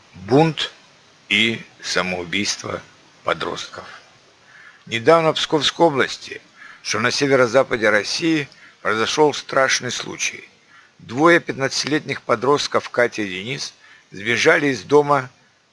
Бунт и самоубийство подростков. Недавно в Псковской области, что на северо-западе России, произошел страшный случай. Двое 15-летних подростков, Катя и Денис, сбежали из дома,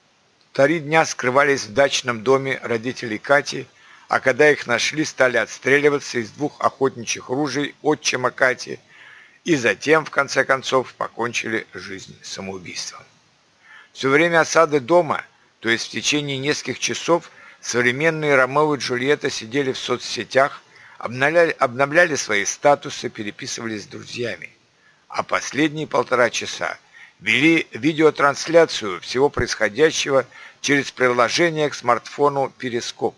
3 дня скрывались в дачном доме родителей Кати, а когда их нашли, стали отстреливаться из 2 охотничьих ружей отчима Кати и затем, в конце концов, покончили жизнь самоубийством. Все время осады дома, то есть в течение нескольких часов, современные Ромео и Джульетта сидели в соцсетях, обновляли свои статусы, переписывались с друзьями, а последние 1,5 часа вели видеотрансляцию всего происходящего через приложение к смартфону «Перископ».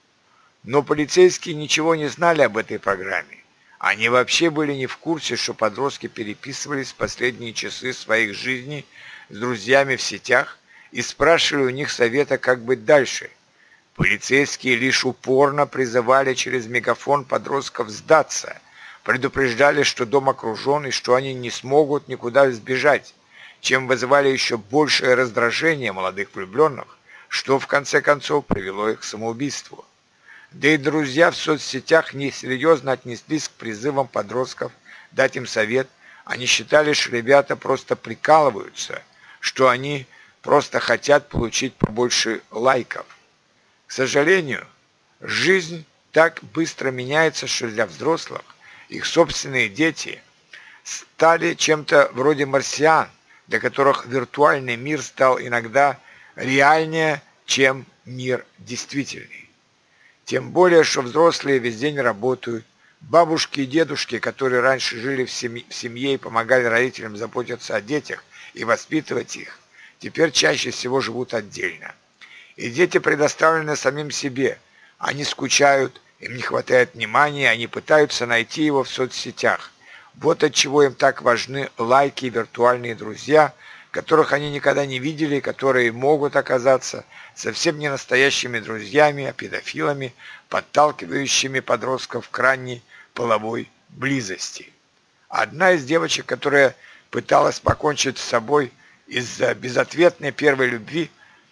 Но полицейские ничего не знали об этой программе. Они вообще были не в курсе, что подростки переписывались в последние часы своих жизней с друзьями в сетях и спрашивали у них совета, как быть дальше. Полицейские лишь упорно призывали через мегафон подростков сдаться, предупреждали, что дом окружен и что они не смогут никуда сбежать, чем вызывали еще большее раздражение молодых влюбленных, что в конце концов привело их к самоубийству. Да и друзья в соцсетях несерьезно отнеслись к призывам подростков дать им совет. Они считали, что ребята просто прикалываются, что они просто хотят получить побольше лайков. К сожалению, жизнь так быстро меняется, что для взрослых их собственные дети стали чем-то вроде марсиан, для которых виртуальный мир стал иногда реальнее, чем мир действительный. Тем более, что взрослые весь день работают. Бабушки и дедушки, которые раньше жили в семье и помогали родителям заботиться о детях и воспитывать их, теперь чаще всего живут отдельно. И дети предоставлены самим себе. Они скучают, им не хватает внимания, они пытаются найти его в соцсетях. Вот отчего им так важны лайки и виртуальные друзья, которых они никогда не видели, которые могут оказаться совсем не настоящими друзьями, а педофилами, подталкивающими подростков к ранней половой близости. Одна из девочек, которая пыталась покончить с собой из-за безответной первой любви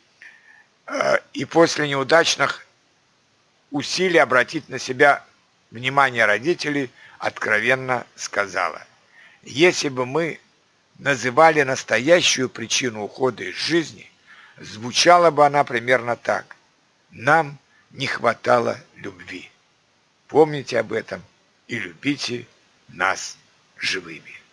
и после неудачных усилий обратить на себя внимание родителей, откровенно сказала: «Если бы мы называли настоящую причину ухода из жизни, звучала бы она примерно так: нам не хватало любви. Помните об этом и любите нас живыми».